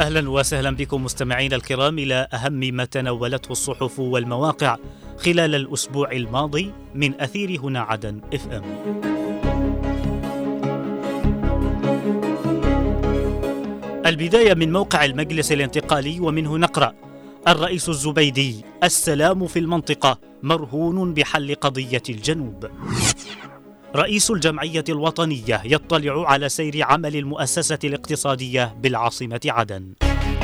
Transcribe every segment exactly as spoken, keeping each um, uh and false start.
أهلا وسهلا بكم مستمعين الكرام إلى أهم ما تناولته الصحف والمواقع خلال الأسبوع الماضي من أثير هنا عدن اف ام. البداية من موقع المجلس الانتقالي ومنه نقرأ: الرئيس الزبيدي: السلام في المنطقة مرهون بحل قضية الجنوب. رئيس الجمعية الوطنية يطلع على سير عمل المؤسسة الاقتصادية بالعاصمة عدن.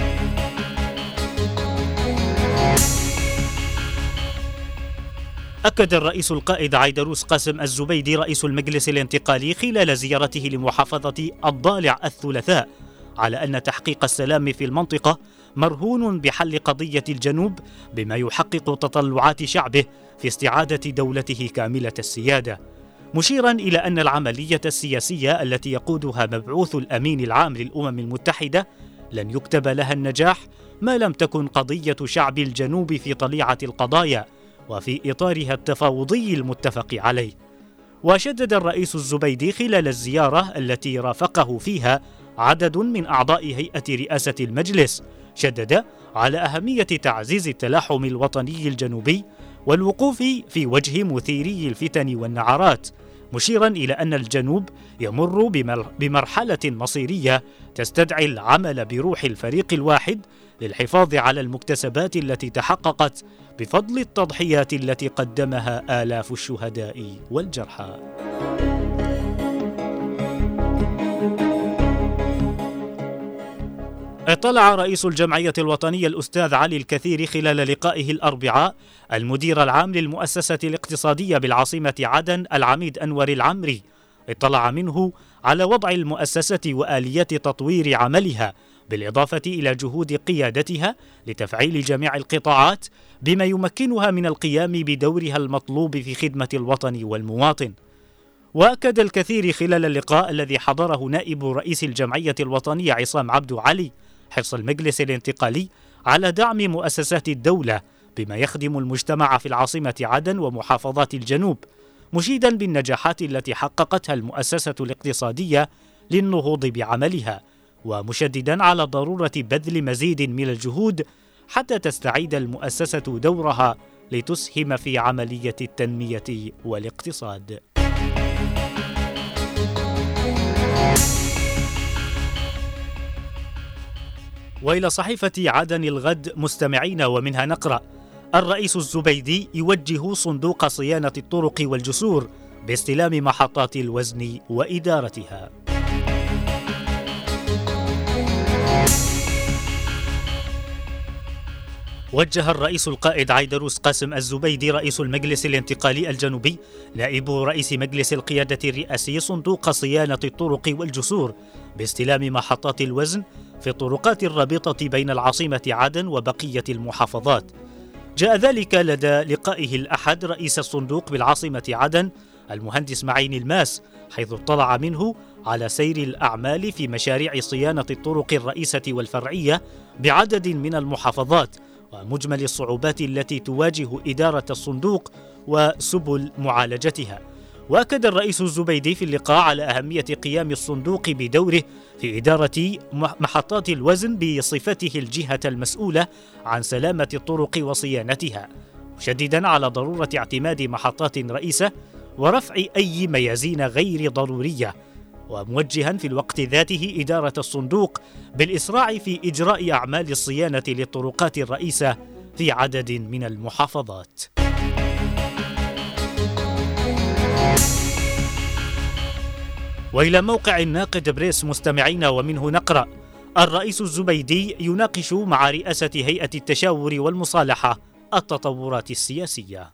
أكد الرئيس القائد عيدروس قاسم الزبيدي رئيس المجلس الانتقالي خلال زيارته لمحافظة الضالع الثلاثاء على أن تحقيق السلام في المنطقة مرهون بحل قضية الجنوب، بما يحقق تطلعات شعبه في استعادة دولته كاملة السيادة، مشيرا إلى أن العملية السياسية التي يقودها مبعوث الأمين العام للأمم المتحدة لن يكتب لها النجاح ما لم تكن قضية شعب الجنوب في طليعة القضايا وفي إطارها التفاوضي المتفق عليه. وشدد الرئيس الزبيدي خلال الزيارة التي رافقه فيها عدد من أعضاء هيئة رئاسة المجلس، شدد على أهمية تعزيز التلاحم الوطني الجنوبي والوقوف في وجه مثيري الفتن والنعرات، مشيرا إلى أن الجنوب يمر بمرحلة مصيرية تستدعي العمل بروح الفريق الواحد للحفاظ على المكتسبات التي تحققت بفضل التضحيات التي قدمها آلاف الشهداء والجرحى. اطلع رئيس الجمعية الوطنية الأستاذ علي الكثير خلال لقائه الأربعاء المدير العام للمؤسسة الاقتصادية بالعاصمة عدن العميد أنور العمري، اطلع منه على وضع المؤسسة وآليات تطوير عملها، بالإضافة إلى جهود قيادتها لتفعيل جميع القطاعات بما يمكنها من القيام بدورها المطلوب في خدمة الوطن والمواطن. وأكد الكثير خلال اللقاء الذي حضره نائب رئيس الجمعية الوطنية عصام عبد علي حرص المجلس الانتقالي على دعم مؤسسات الدولة بما يخدم المجتمع في العاصمة عدن ومحافظات الجنوب، مشيدا بالنجاحات التي حققتها المؤسسة الاقتصادية للنهوض بعملها، ومشددا على ضرورة بذل مزيد من الجهود حتى تستعيد المؤسسة دورها لتسهم في عملية التنمية والاقتصاد. وإلى صحيفة عدن الغد مستمعين ومنها نقرأ: الرئيس الزبيدي يوجه صندوق صيانة الطرق والجسور باستلام محطات الوزن وإدارتها. وجه الرئيس القائد عيدروس قاسم الزبيدي رئيس المجلس الانتقالي الجنوبي نائب رئيس مجلس القيادة الرئاسي صندوق صيانة الطرق والجسور باستلام محطات الوزن في الطرقات الرابطة بين العاصمة عدن وبقية المحافظات. جاء ذلك لدى لقائه الأحد رئيس الصندوق بالعاصمة عدن المهندس معين الماس، حيث اطلع منه على سير الأعمال في مشاريع صيانة الطرق الرئيسة والفرعية بعدد من المحافظات ومجمل الصعوبات التي تواجه إدارة الصندوق وسبل معالجتها. وأكد الرئيس الزبيدي في اللقاء على أهمية قيام الصندوق بدوره في إدارة محطات الوزن بصفته الجهة المسؤولة عن سلامة الطرق وصيانتها، مشددا على ضرورة اعتماد محطات رئيسة ورفع أي ميازين غير ضرورية، وموجها في الوقت ذاته إدارة الصندوق بالإسراع في إجراء أعمال الصيانة للطرقات الرئيسة في عدد من المحافظات. وإلى موقع الناقد بريس مستمعين ومنه نقرأ: الرئيس الزبيدي يناقش مع رئاسة هيئة التشاور والمصالحة التطورات السياسية.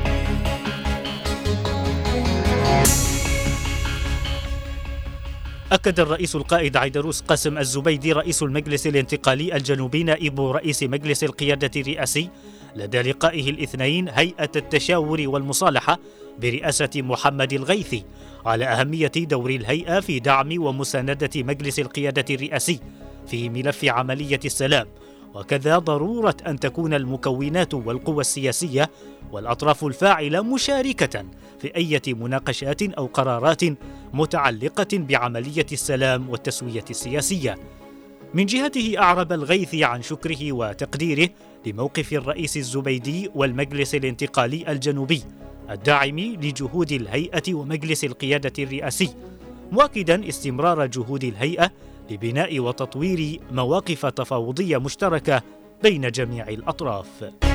أكد الرئيس القائد عيدروس قاسم الزبيدي رئيس المجلس الانتقالي الجنوبي نائب رئيس مجلس القيادة الرئاسي لدى لقائه الاثنين هيئة التشاور والمصالحة برئاسة محمد الغيثي على أهمية دور الهيئة في دعم ومساندة مجلس القيادة الرئاسي في ملف عملية السلام، وكذا ضرورة أن تكون المكونات والقوى السياسية والأطراف الفاعلة مشاركة في أي مناقشات أو قرارات متعلقة بعملية السلام والتسوية السياسية. من جهته أعرب الغيثي عن شكره وتقديره لموقف الرئيس الزبيدي والمجلس الانتقالي الجنوبي الداعم لجهود الهيئة ومجلس القيادة الرئاسي، مؤكدا استمرار جهود الهيئة لبناء وتطوير مواقف تفاوضية مشتركة بين جميع الأطراف.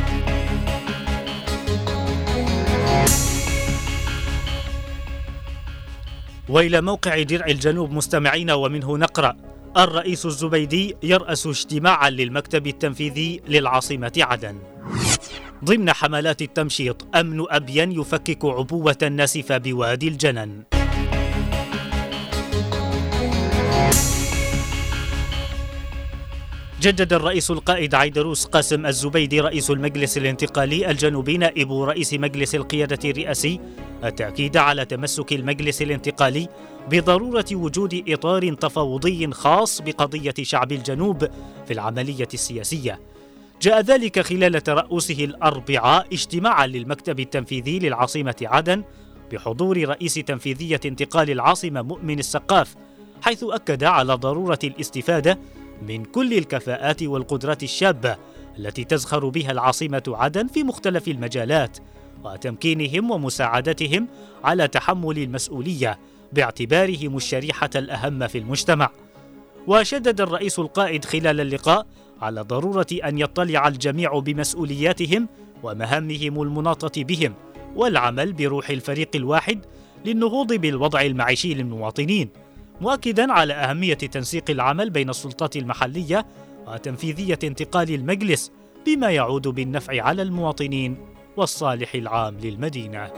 وإلى موقع درع الجنوب مستمعين، ومنه نقرأ: الرئيس الزبيدي يرأس اجتماعا للمكتب التنفيذي للعاصمة عدن. ضمن حملات التمشيط، أمن أبين يفكك عبوة ناسفة بوادي الجنن. جدد الرئيس القائد عيدروس قاسم الزبيدي رئيس المجلس الانتقالي الجنوبي نائب رئيس مجلس القيادة الرئاسي التأكيد على تمسك المجلس الانتقالي بضرورة وجود إطار تفاوضي خاص بقضية شعب الجنوب في العملية السياسية. جاء ذلك خلال ترأسه الأربعاء اجتماعا للمكتب التنفيذي للعاصمة عدن بحضور رئيس تنفيذية انتقال العاصمة مؤمن السقاف، حيث أكد على ضرورة الاستفادة من كل الكفاءات والقدرات الشابة التي تزخر بها العاصمة عدن في مختلف المجالات، وتمكينهم ومساعدتهم على تحمل المسؤولية باعتبارهم الشريحة الأهم في المجتمع. وشدد الرئيس القائد خلال اللقاء على ضرورة أن يطلع الجميع بمسؤولياتهم ومهامهم المناطة بهم، والعمل بروح الفريق الواحد للنهوض بالوضع المعيشي للمواطنين، مؤكدا على أهمية تنسيق العمل بين السلطات المحلية وتنفيذية انتقال المجلس بما يعود بالنفع على المواطنين والصالح العام للمدينة.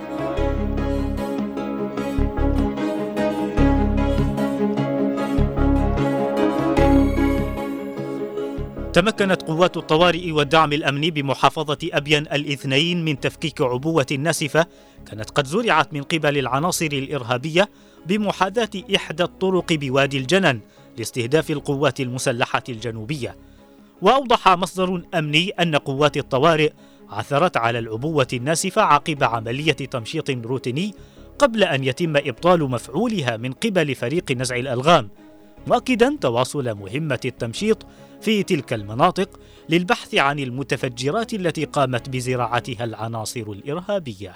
تمكنت قوات الطوارئ والدعم الأمني بمحافظة أبين الاثنين من تفكيك عبوة ناسفة كانت قد زرعت من قبل العناصر الإرهابية بمحاذاة إحدى الطرق بوادي الجنن لاستهداف القوات المسلحة الجنوبية. وأوضح مصدر أمني أن قوات الطوارئ عثرت على العبوة الناسفة عقب عملية تمشيط روتيني قبل أن يتم إبطال مفعولها من قبل فريق نزع الألغام، مؤكدا تواصل مهمة التمشيط في تلك المناطق للبحث عن المتفجرات التي قامت بزراعتها العناصر الإرهابية.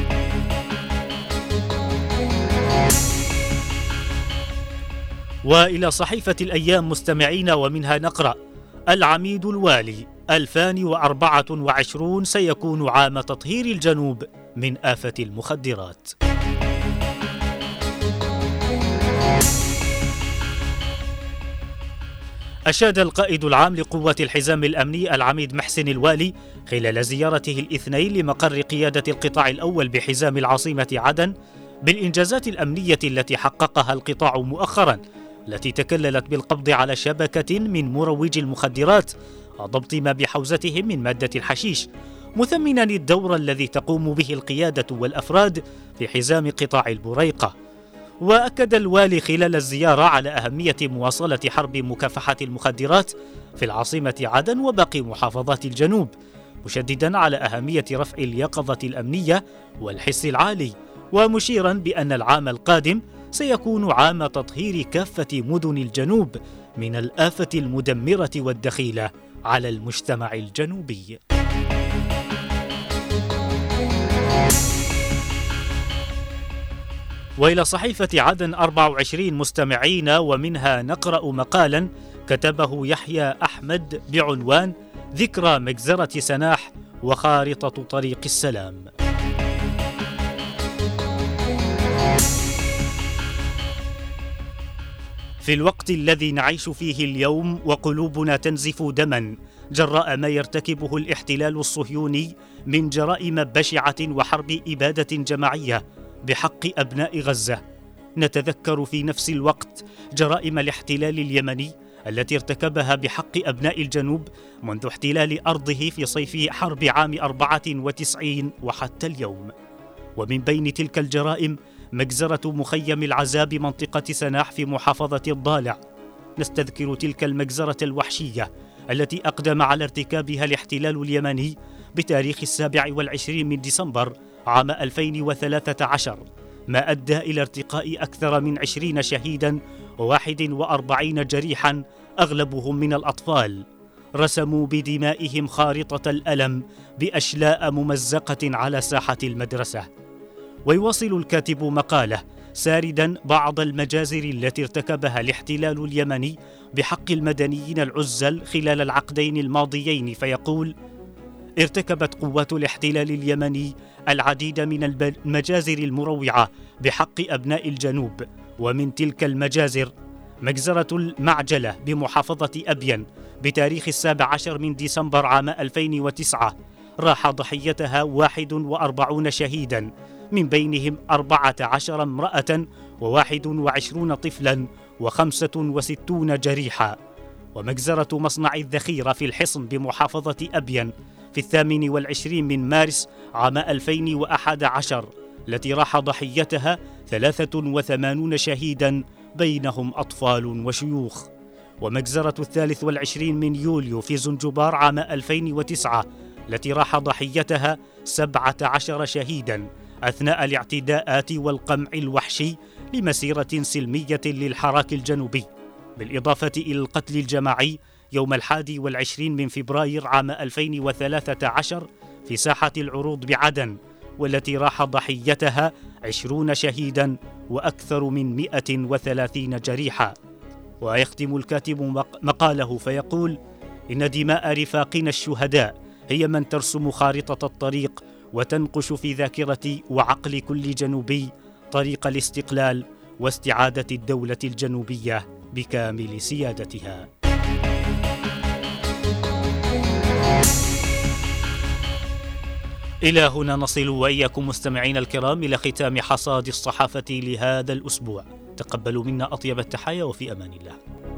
وإلى صحيفة الأيام مستمعين، ومنها نقرأ: العميد الوالي ألفين وأربعة وعشرين سيكون عام تطهير الجنوب من آفة المخدرات. أشاد القائد العام لقوات الحزام الأمني العميد محسن الوالي خلال زيارته الاثنين لمقر قيادة القطاع الأول بحزام العاصمة عدن بالإنجازات الأمنية التي حققها القطاع مؤخرا، التي تكللت بالقبض على شبكة من مروجي المخدرات وضبط ما بحوزتهم من مادة الحشيش، مثمنا الدور الذي تقوم به القيادة والأفراد في حزام قطاع البريقة. وأكد الوالي خلال الزيارة على أهمية مواصلة حرب مكافحة المخدرات في العاصمة عدن وباقي محافظات الجنوب، مشددا على أهمية رفع اليقظة الأمنية والحس العالي، ومشيرا بأن العام القادم سيكون عام تطهير كافة مدن الجنوب من الآفة المدمرة والدخيلة على المجتمع الجنوبي. وإلى صحيفة عدن أربعة وعشرين مستمعين، ومنها نقرأ مقالا كتبه يحيى أحمد بعنوان: ذكرى مجزرة سناح وخارطة طريق السلام. في الوقت الذي نعيش فيه اليوم وقلوبنا تنزف دما جراء ما يرتكبه الاحتلال الصهيوني من جرائم بشعة وحرب إبادة جماعية بحق أبناء غزة، نتذكر في نفس الوقت جرائم الاحتلال اليمني التي ارتكبها بحق أبناء الجنوب منذ احتلال أرضه في صيف حرب عام أربعة وتسعين وحتى اليوم. ومن بين تلك الجرائم مجزرة مخيم العزاب منطقة سناح في محافظة الضالع. نستذكر تلك المجزرة الوحشية التي أقدم على ارتكابها الاحتلال اليمني بتاريخ السابع والعشرين من ديسمبر عام ألفين وثلاثة عشر، ما أدى إلى ارتقاء أكثر من عشرين شهيدا وواحد وأربعين جريحا أغلبهم من الأطفال، رسموا بدمائهم خارطة الألم بأشلاء ممزقة على ساحة المدرسة. ويواصل الكاتب مقاله ساردا بعض المجازر التي ارتكبها الاحتلال اليمني بحق المدنيين العزل خلال العقدين الماضيين، فيقول: ارتكبت قوات الاحتلال اليمني العديد من المجازر المروعة بحق أبناء الجنوب، ومن تلك المجازر مجزرة المعجلة بمحافظة أبين بتاريخ السابع عشر من ديسمبر عام ألفين وتسعة، راح ضحيتها واحد وأربعون شهيدا، من بينهم أربعة عشر امرأة وواحد وعشرون طفلا وخمسة وستون جريحا. ومجزرة مصنع الذخيرة في الحصن بمحافظة أبين في الثامن والعشرين من مارس عام ألفين وأحد عشر، التي راح ضحيتها ثلاثة وثمانون شهيدا بينهم أطفال وشيوخ. ومجزرة الثالث والعشرين من يوليو في زنجبار عام ألفين وتسعة، التي راح ضحيتها سبعة عشر شهيدا أثناء الاعتداءات والقمع الوحشي لمسيرة سلمية للحراك الجنوبي، بالإضافة إلى القتل الجماعي يوم الحادي والعشرين من فبراير عام ألفين وثلاثة عشر في ساحة العروض بعدن، والتي راح ضحيتها عشرون شهيدا وأكثر من مئة وثلاثين جريحا. ويختم الكاتب مقاله فيقول: إن دماء رفاقنا الشهداء هي من ترسم خارطة الطريق وتنقش في ذاكرة وعقل كل جنوبي طريق الاستقلال واستعادة الدولة الجنوبية بكامل سيادتها. إلى هنا نصل وإياكم مستمعين الكرام إلى ختام حصاد الصحافة لهذا الأسبوع. تقبلوا منا أطيب التحايا وفي أمان الله.